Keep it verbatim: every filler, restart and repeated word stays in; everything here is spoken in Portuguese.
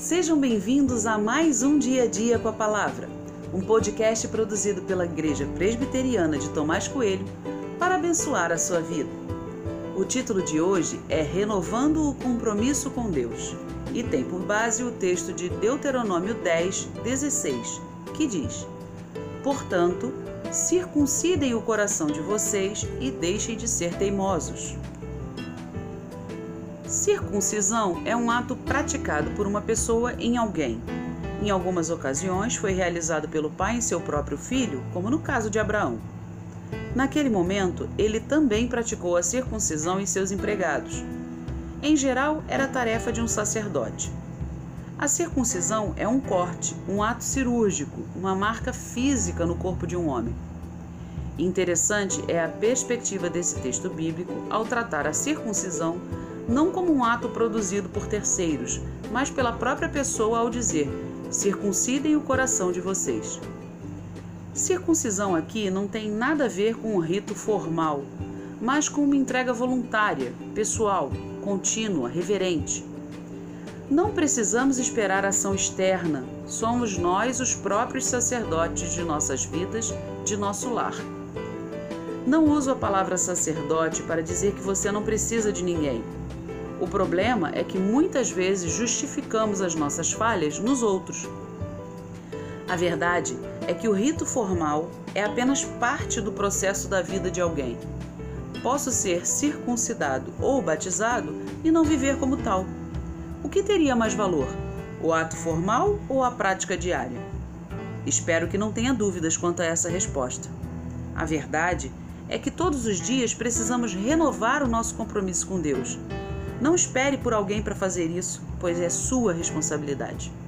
Sejam bem-vindos a mais um Dia a Dia com a Palavra, um podcast produzido pela Igreja Presbiteriana de Tomás Coelho para abençoar a sua vida. O título de hoje é Renovando o Compromisso com Deus e tem por base o texto de Deuteronômio dez, dezesseis, que diz: Portanto, circuncidem o coração de vocês e deixem de ser teimosos. Circuncisão é um ato praticado por uma pessoa em alguém. Em algumas ocasiões foi realizado pelo pai em seu próprio filho, como no caso de Abraão. Naquele momento, ele também praticou a circuncisão em seus empregados. Em geral, era tarefa de um sacerdote. A circuncisão é um corte, um ato cirúrgico, uma marca física no corpo de um homem. Interessante é a perspectiva desse texto bíblico ao tratar a circuncisão não como um ato produzido por terceiros, mas pela própria pessoa ao dizer: circuncidem o coração de vocês. Circuncisão aqui não tem nada a ver com um rito formal, mas com uma entrega voluntária, pessoal, contínua, reverente. Não precisamos esperar ação externa, somos nós os próprios sacerdotes de nossas vidas, de nosso lar. Não uso a palavra sacerdote para dizer que você não precisa de ninguém. O problema é que muitas vezes justificamos as nossas falhas nos outros. A verdade é que o rito formal é apenas parte do processo da vida de alguém. Posso ser circuncidado ou batizado e não viver como tal. O que teria mais valor, o ato formal ou a prática diária? Espero que não tenha dúvidas quanto a essa resposta. A verdade é que todos os dias precisamos renovar o nosso compromisso com Deus. Não espere por alguém para fazer isso, pois é sua responsabilidade.